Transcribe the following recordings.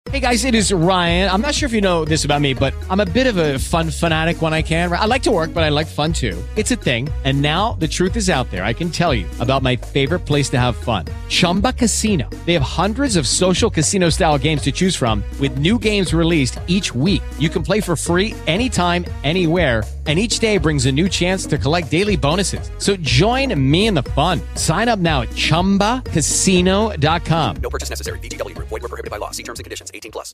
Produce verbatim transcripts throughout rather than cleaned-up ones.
Hey guys, it is Ryan. I'm not sure if you know this about me, but I'm a bit of a fun fanatic when I can. I like to work, but I like fun too. It's a thing. And now the truth is out there. I can tell you about my favorite place to have fun. Chumba Casino. They have hundreds of social casino style games to choose from with new games released each week. You can play for free anytime, anywhere. And each day brings a new chance to collect daily bonuses. So join me in the fun. Sign up now at chumba casino dot com. No purchase necessary. V G W. Void where prohibited by law. See terms and conditions. eighteen plus.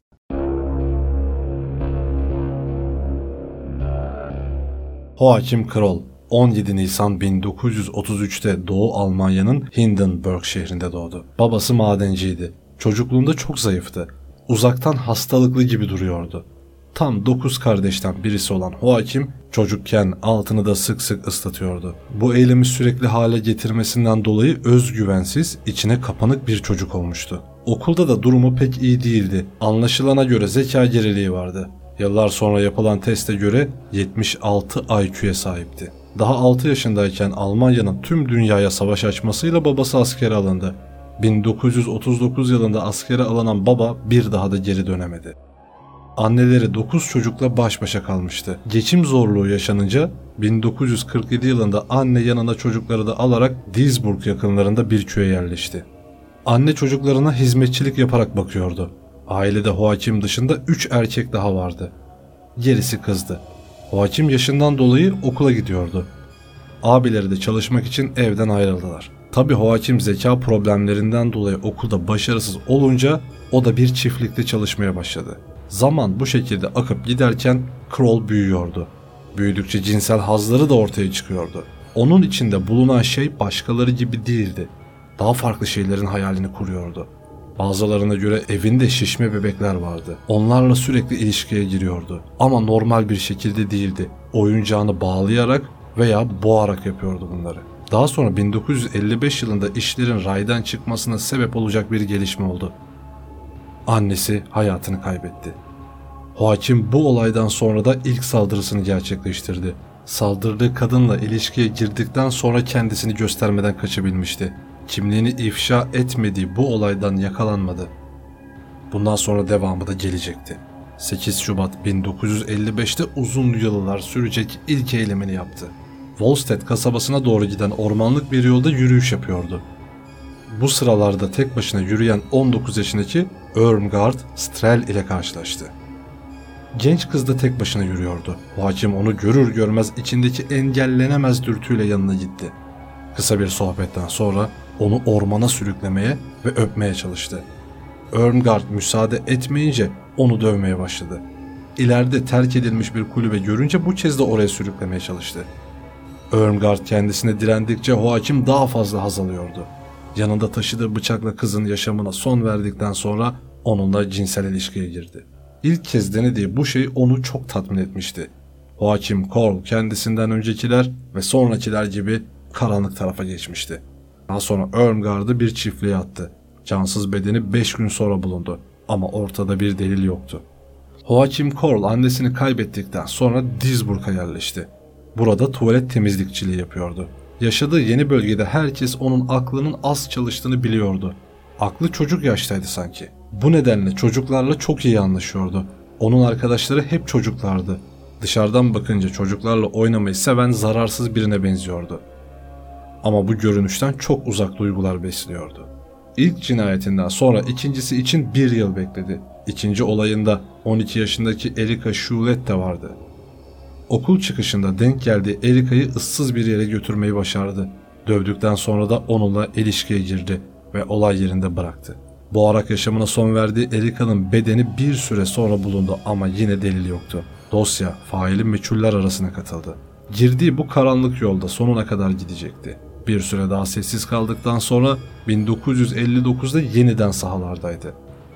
Joachim Kroll on yedi Nisan bin dokuz yüz otuz üçte Doğu Almanya'nın Hindenburg şehrinde doğdu. Babası madenciydi. Çocukluğunda çok zayıftı. Uzaktan hastalıklı gibi duruyordu. Tam dokuz kardeşten birisi olan Joachim çocukken altını da sık sık ıslatıyordu. Bu eylemi sürekli hale getirmesinden dolayı özgüvensiz, içine kapanık bir çocuk olmuştu. Okulda da durumu pek iyi değildi. Anlaşılana göre zeka geriliği vardı. Yıllar sonra yapılan teste göre yetmiş altı I Q'ye sahipti. Daha altı yaşındayken Almanya'nın tüm dünyaya savaş açmasıyla babası askere alındı. bin dokuz yüz otuz dokuz yılında askere alınan baba bir daha da geri dönemedi. Anneleri dokuz çocukla baş başa kalmıştı. Geçim zorluğu yaşanınca bin dokuz yüz kırk yedi yılında anne yanına çocukları da alarak Duisburg yakınlarında bir köye yerleşti. Anne çocuklarına hizmetçilik yaparak bakıyordu. Ailede Joachim dışında üç erkek daha vardı. Gerisi kızdı. Joachim yaşından dolayı okula gidiyordu. Abileri de çalışmak için evden ayrıldılar. Tabi Joachim zeka problemlerinden dolayı okulda başarısız olunca o da bir çiftlikte çalışmaya başladı. Zaman bu şekilde akıp giderken Kroll büyüyordu. Büyüdükçe cinsel hazları da ortaya çıkıyordu. Onun içinde bulunan şey başkaları gibi değildi. Daha farklı şeylerin hayalini kuruyordu. Bazılarına göre evinde şişme bebekler vardı. Onlarla sürekli ilişkiye giriyordu. Ama normal bir şekilde değildi. Oyuncağını bağlayarak veya boğarak yapıyordu bunları. Daha sonra bin dokuz yüz elli beş yılında işlerin raydan çıkmasına sebep olacak bir gelişme oldu. Annesi hayatını kaybetti. Joachim bu olaydan sonra da ilk saldırısını gerçekleştirdi. Saldırdığı kadınla ilişkiye girdikten sonra kendisini göstermeden kaçabilmişti. Kimliğini ifşa etmediği bu olaydan yakalanmadı. Bundan sonra devamı da gelecekti. sekiz Şubat bin dokuz yüz elli beşte uzun yıllar sürecek ilk eylemini yaptı. Volstedt kasabasına doğru giden ormanlık bir yolda yürüyüş yapıyordu. Bu sıralarda tek başına yürüyen on dokuz yaşındaki Irmgard Strel ile karşılaştı. Genç kız da tek başına yürüyordu. Joachim onu görür görmez içindeki engellenemez dürtüyle yanına gitti. Kısa bir sohbetten sonra onu ormana sürüklemeye ve öpmeye çalıştı. Irmgard müsaade etmeyince onu dövmeye başladı. İleride terk edilmiş bir kulübe görünce bu kez de oraya sürüklemeye çalıştı. Irmgard kendisine direndikçe Joachim daha fazla haz alıyordu. Yanında taşıdığı bıçakla kızın yaşamına son verdikten sonra onunla cinsel ilişkiye girdi. İlk kez denediği bu şey onu çok tatmin etmişti. Joachim Kroll kendisinden öncekiler ve sonrakiler gibi karanlık tarafa geçmişti. Daha sonra Irmgard'ı bir çiftliğe attı. Cansız bedeni beş gün sonra bulundu ama ortada bir delil yoktu. Joachim Kroll annesini kaybettikten sonra Duisburg'a yerleşti. Burada tuvalet temizlikçiliği yapıyordu. Yaşadığı yeni bölgede herkes onun aklının az çalıştığını biliyordu. Aklı çocuk yaştaydı sanki. Bu nedenle çocuklarla çok iyi anlaşıyordu. Onun arkadaşları hep çocuklardı. Dışarıdan bakınca çocuklarla oynamayı seven zararsız birine benziyordu. Ama bu görünüşten çok uzak duygular besliyordu. İlk cinayetinden sonra ikincisi için bir yıl bekledi. İkinci olayında on iki yaşındaki Erika Schulet de vardı. Okul çıkışında denk geldiği Erika'yı ıssız bir yere götürmeyi başardı. Dövdükten sonra da onunla ilişkiye girdi ve olay yerinde bıraktı. Boğarak yaşamına son verdiği Erika'nın bedeni bir süre sonra bulundu ama yine delil yoktu. Dosya faili meçhuller arasına katıldı. Girdiği bu karanlık yolda sonuna kadar gidecekti. Bir süre daha sessiz kaldıktan sonra bin dokuz yüz elli dokuzda yeniden sahalardaydı.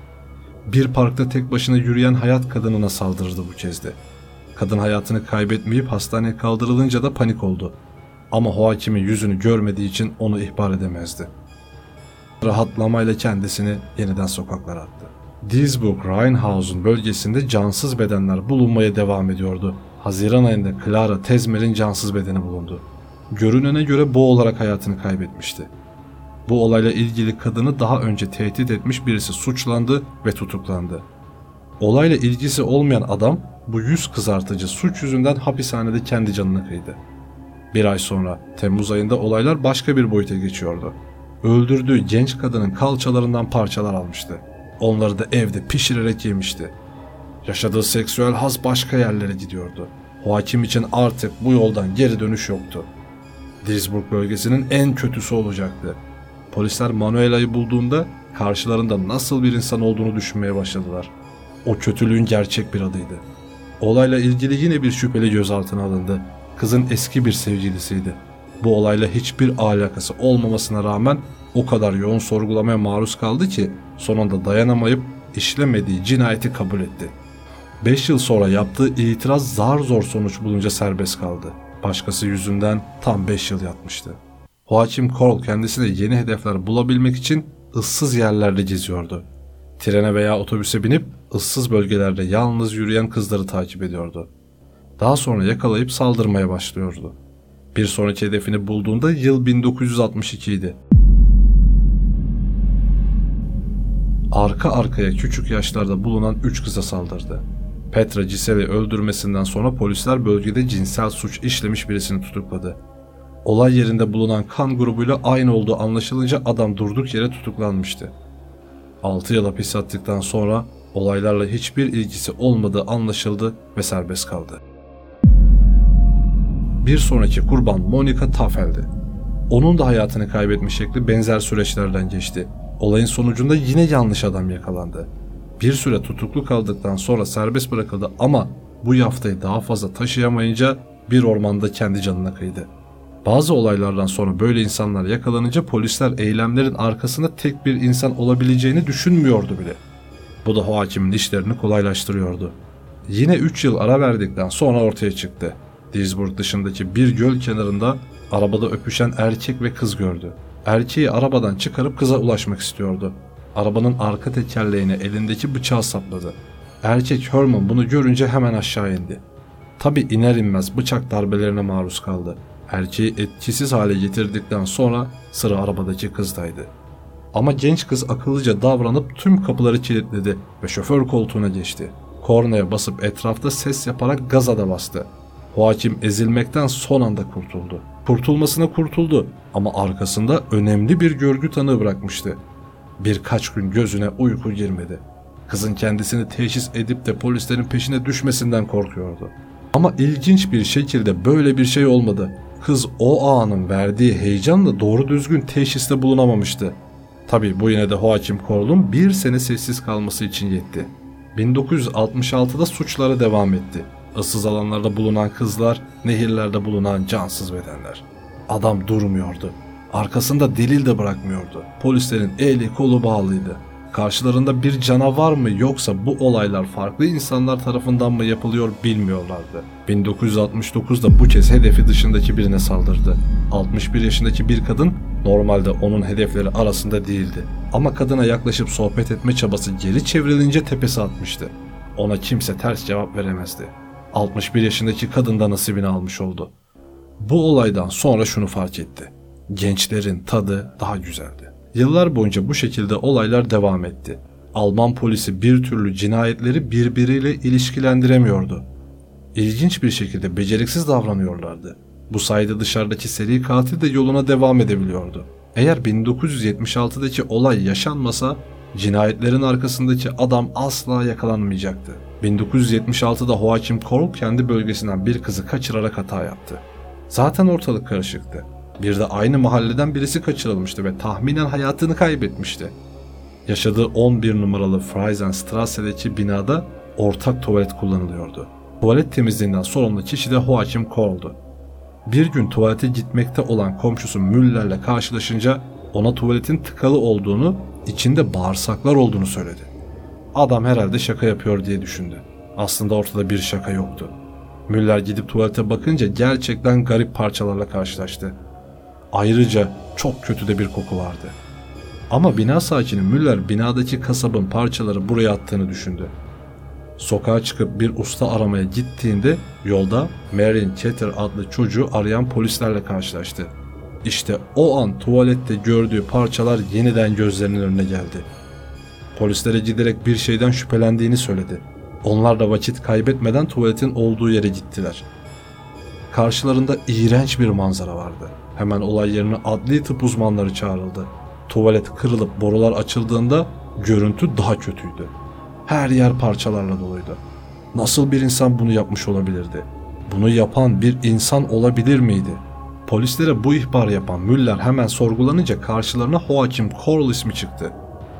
Bir parkta tek başına yürüyen hayat kadınına saldırdı bu kez de. Kadın hayatını kaybetmeyip hastaneye kaldırılınca da panik oldu. Ama Joachim'in yüzünü görmediği için onu ihbar edemezdi. Rahatlamayla kendisini yeniden sokaklara attı. Duisburg-Rheinhausen bölgesinde cansız bedenler bulunmaya devam ediyordu. Haziran ayında Clara Tezmer'in cansız bedeni bulundu. Görünene göre boğularak hayatını kaybetmişti. Bu olayla ilgili kadını daha önce tehdit etmiş birisi suçlandı ve tutuklandı. Olayla ilgisi olmayan adam bu yüz kızartıcı suç yüzünden hapishanede kendi canına kıydı. Bir ay sonra Temmuz ayında olaylar başka bir boyuta geçiyordu. Öldürdüğü genç kadının kalçalarından parçalar almıştı. Onları da evde pişirerek yemişti. Yaşadığı seksüel haz başka yerlere gidiyordu. Hakim için artık bu yoldan geri dönüş yoktu. Duisburg bölgesinin en kötüsü olacaktı. Polisler Manuela'yı bulduğunda karşılarında nasıl bir insan olduğunu düşünmeye başladılar. O kötülüğün gerçek bir adıydı. Olayla ilgili yine bir şüpheli gözaltına alındı. Kızın eski bir sevgilisiydi. Bu olayla hiçbir alakası olmamasına rağmen o kadar yoğun sorgulamaya maruz kaldı ki sonunda dayanamayıp işlemediği cinayeti kabul etti. beş yıl sonra yaptığı itiraz zar zor sonuç bulunca serbest kaldı. Başkası yüzünden tam beş yıl yatmıştı. Hakim Korl kendisine yeni hedefler bulabilmek için ıssız yerlerde geziyordu. Trene veya otobüse binip ıssız bölgelerde yalnız yürüyen kızları takip ediyordu. Daha sonra yakalayıp saldırmaya başlıyordu. Bir sonraki hedefini bulduğunda yıl bin dokuz yüz altmış iki idi. Arka arkaya küçük yaşlarda bulunan üç kıza saldırdı. Petra Gisel'i öldürmesinden sonra polisler bölgede cinsel suç işlemiş birisini tutukladı. Olay yerinde bulunan kan grubuyla aynı olduğu anlaşılınca adam durduk yere tutuklanmıştı. altı yıl hapis yattıktan sonra olaylarla hiçbir ilgisi olmadığı anlaşıldı ve serbest kaldı. Bir sonraki kurban Monika Taffel'di. Onun da hayatını kaybetmiş şekli benzer süreçlerden geçti. Olayın sonucunda yine yanlış adam yakalandı. Bir süre tutuklu kaldıktan sonra serbest bırakıldı ama bu yaftayı daha fazla taşıyamayınca bir ormanda kendi canına kıydı. Bazı olaylardan sonra böyle insanlar yakalanınca polisler eylemlerin arkasında tek bir insan olabileceğini düşünmüyordu bile. Bu da hakimin işlerini kolaylaştırıyordu. Yine üç yıl ara verdikten sonra ortaya çıktı. Duisburg dışındaki bir göl kenarında arabada öpüşen erkek ve kız gördü. Erkeği arabadan çıkarıp kıza ulaşmak istiyordu. Arabanın arka tekerleğine elindeki bıçağı sapladı. Erkek Herman bunu görünce hemen aşağı indi. Tabi iner inmez bıçak darbelerine maruz kaldı. Erkeği etkisiz hale getirdikten sonra sıra arabadaki kızdaydı. Ama genç kız akıllıca davranıp tüm kapıları kilitledi ve şoför koltuğuna geçti. Kornaya basıp etrafta ses yaparak gaza da bastı. Hakim ezilmekten son anda kurtuldu. Kurtulmasına kurtuldu ama arkasında önemli bir görgü tanığı bırakmıştı. Birkaç gün gözüne uyku girmedi. Kızın kendisini teşhis edip de polislerin peşine düşmesinden korkuyordu. Ama ilginç bir şekilde böyle bir şey olmadı. Kız o anın verdiği heyecanla doğru düzgün teşhiste bulunamamıştı. Tabi bu yine de Hakim Korl'un bir sene sessiz kalması için yetti. bin dokuz yüz altmış altıda suçlara devam etti. Issız alanlarda bulunan kızlar, nehirlerde bulunan cansız bedenler. Adam durmuyordu. Arkasında delil de bırakmıyordu. Polislerin eli kolu bağlıydı. Karşılarında bir canavar mı yoksa bu olaylar farklı insanlar tarafından mı yapılıyor bilmiyorlardı. bin dokuz yüz altmış dokuzda bu kez hedefi dışındaki birine saldırdı. altmış bir yaşındaki bir kadın normalde onun hedefleri arasında değildi. Ama kadına yaklaşıp sohbet etme çabası geri çevrilince tepesi atmıştı. Ona kimse ters cevap veremezdi. altmış bir yaşındaki kadın da nasibini almış oldu. Bu olaydan sonra şunu fark etti. Gençlerin tadı daha güzeldi. Yıllar boyunca bu şekilde olaylar devam etti. Alman polisi bir türlü cinayetleri birbiriyle ilişkilendiremiyordu. İlginç bir şekilde beceriksiz davranıyorlardı. Bu sayede dışarıdaki seri katil de yoluna devam edebiliyordu. Eğer bin dokuz yüz yetmiş altıdaki olay yaşanmasa cinayetlerin arkasındaki adam asla yakalanmayacaktı. bin dokuz yüz yetmiş altıda Hakim Korl kendi bölgesinden bir kızı kaçırarak hata yaptı. Zaten ortalık karışıktı. Bir de aynı mahalleden birisi kaçırılmıştı ve tahminen hayatını kaybetmişti. Yaşadığı on bir numaralı Friesenstrasse'deki binada ortak tuvalet kullanılıyordu. Tuvalet temizliğinden sorumlu kişi de Hakim Korl'du. Bir gün tuvalete gitmekte olan komşusu Müller'le karşılaşınca ona tuvaletin tıkalı olduğunu, içinde bağırsaklar olduğunu söyledi. Adam herhalde şaka yapıyor diye düşündü. Aslında ortada bir şaka yoktu. Müller gidip tuvalete bakınca gerçekten garip parçalarla karşılaştı. Ayrıca çok kötü de bir koku vardı. Ama bina sakini Müller binadaki kasabın parçaları buraya attığını düşündü. Sokağa çıkıp bir usta aramaya gittiğinde yolda Marion Ketter adlı çocuğu arayan polislerle karşılaştı. İşte o an tuvalette gördüğü parçalar yeniden gözlerinin önüne geldi. Polislere giderek bir şeyden şüphelendiğini söyledi. Onlar da vakit kaybetmeden tuvaletin olduğu yere gittiler. Karşılarında iğrenç bir manzara vardı. Hemen olay yerine adli tıp uzmanları çağrıldı. Tuvalet kırılıp borular açıldığında görüntü daha kötüydü. Her yer parçalarla doluydu. Nasıl bir insan bunu yapmış olabilirdi? Bunu yapan bir insan olabilir miydi? Polislere bu ihbarı yapan Müller hemen sorgulanınca karşılarına Joachim Kroll ismi çıktı.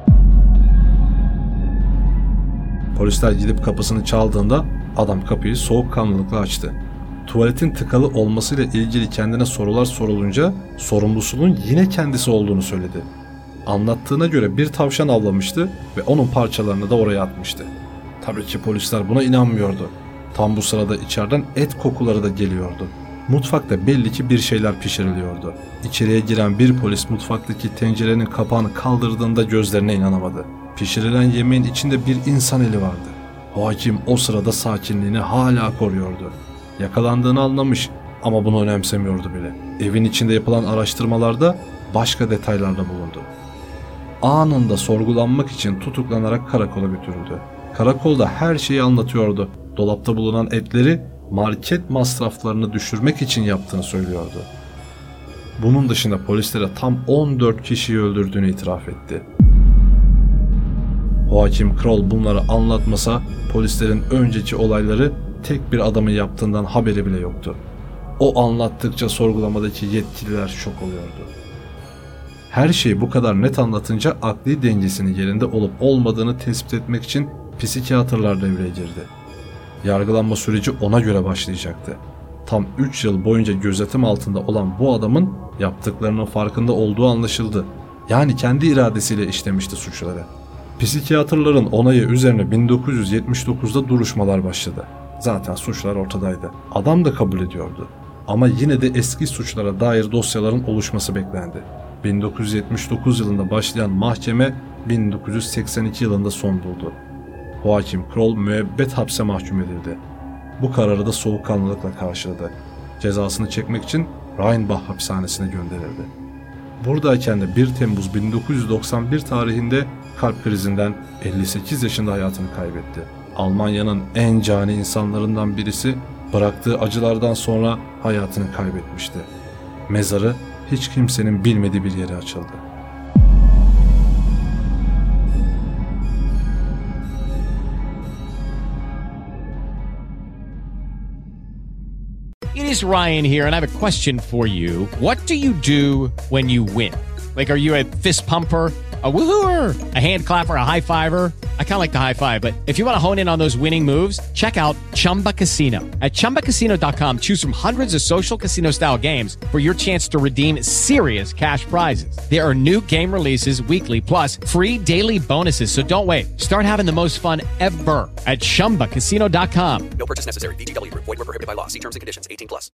Polisler gidip kapısını çaldığında adam kapıyı soğukkanlılıkla açtı. Tuvaletin tıkalı olmasıyla ilgili kendine sorular sorulunca sorumlusunun yine kendisi olduğunu söyledi. Anlattığına göre bir tavşan avlamıştı ve onun parçalarını da oraya atmıştı. Tabii ki polisler buna inanmıyordu. Tam bu sırada içeriden et kokuları da geliyordu. Mutfakta belli ki bir şeyler pişiriliyordu. İçeriye giren bir polis mutfaktaki tencerenin kapağını kaldırdığında gözlerine inanamadı. Pişirilen yemeğin içinde bir insan eli vardı. Hakim o sırada sakinliğini hala koruyordu. Yakalandığını anlamış ama bunu önemsemiyordu bile. Evin içinde yapılan araştırmalarda başka detaylarda bulundu. Anında sorgulanmak için tutuklanarak karakola götürüldü. Karakolda her şeyi anlatıyordu. Dolapta bulunan etleri market masraflarını düşürmek için yaptığını söylüyordu. Bunun dışında polislere tam on dört kişiyi öldürdüğünü itiraf etti. Joachim Kroll bunları anlatmasa polislerin önceki olayları tek bir adamın yaptığından haberi bile yoktu. O anlattıkça sorgulamadaki yetkililer şok oluyordu. Her şeyi bu kadar net anlatınca akli dengesinin yerinde olup olmadığını tespit etmek için psikiyatrlar devreye girdi. Yargılanma süreci ona göre başlayacaktı. Tam üç yıl boyunca gözetim altında olan bu adamın yaptıklarının farkında olduğu anlaşıldı. Yani kendi iradesiyle işlemişti suçları. Psikiyatrların onayı üzerine bin dokuz yüz yetmiş dokuzda duruşmalar başladı. Zaten suçlar ortadaydı. Adam da kabul ediyordu. Ama yine de eski suçlara dair dosyaların oluşması beklendi. bin dokuz yüz yetmiş dokuz yılında başlayan mahkeme bin dokuz yüz seksen iki yılında son buldu. Joachim Kroll müebbet hapse mahkum edildi. Bu kararı da soğukkanlılıkla karşıladı. Cezasını çekmek için Rheinbach hapishanesine gönderildi. Buradayken de bir Temmuz bin dokuz yüz doksan bir tarihinde kalp krizinden elli sekiz yaşında hayatını kaybetti. Almanya'nın en cani insanlarından birisi bıraktığı acılardan sonra hayatını kaybetmişti. Mezarı hiç kimsenin bilmediği bir yere açıldı. It is Ryan here, and I have a question for you. What do you do when you win? Like, are you a fist pumper, a woohooer, a hand clapper, a high fiver? I kind of like the high five, but if you want to hone in on those winning moves, check out Chumba Casino. At chumba casino dot com, choose from hundreds of social casino style games for your chance to redeem serious cash prizes. There are new game releases weekly, plus free daily bonuses. So don't wait. Start having the most fun ever at chumba casino dot com. No purchase necessary. V G W Group. Void where prohibited by law. See terms and conditions. eighteen plus.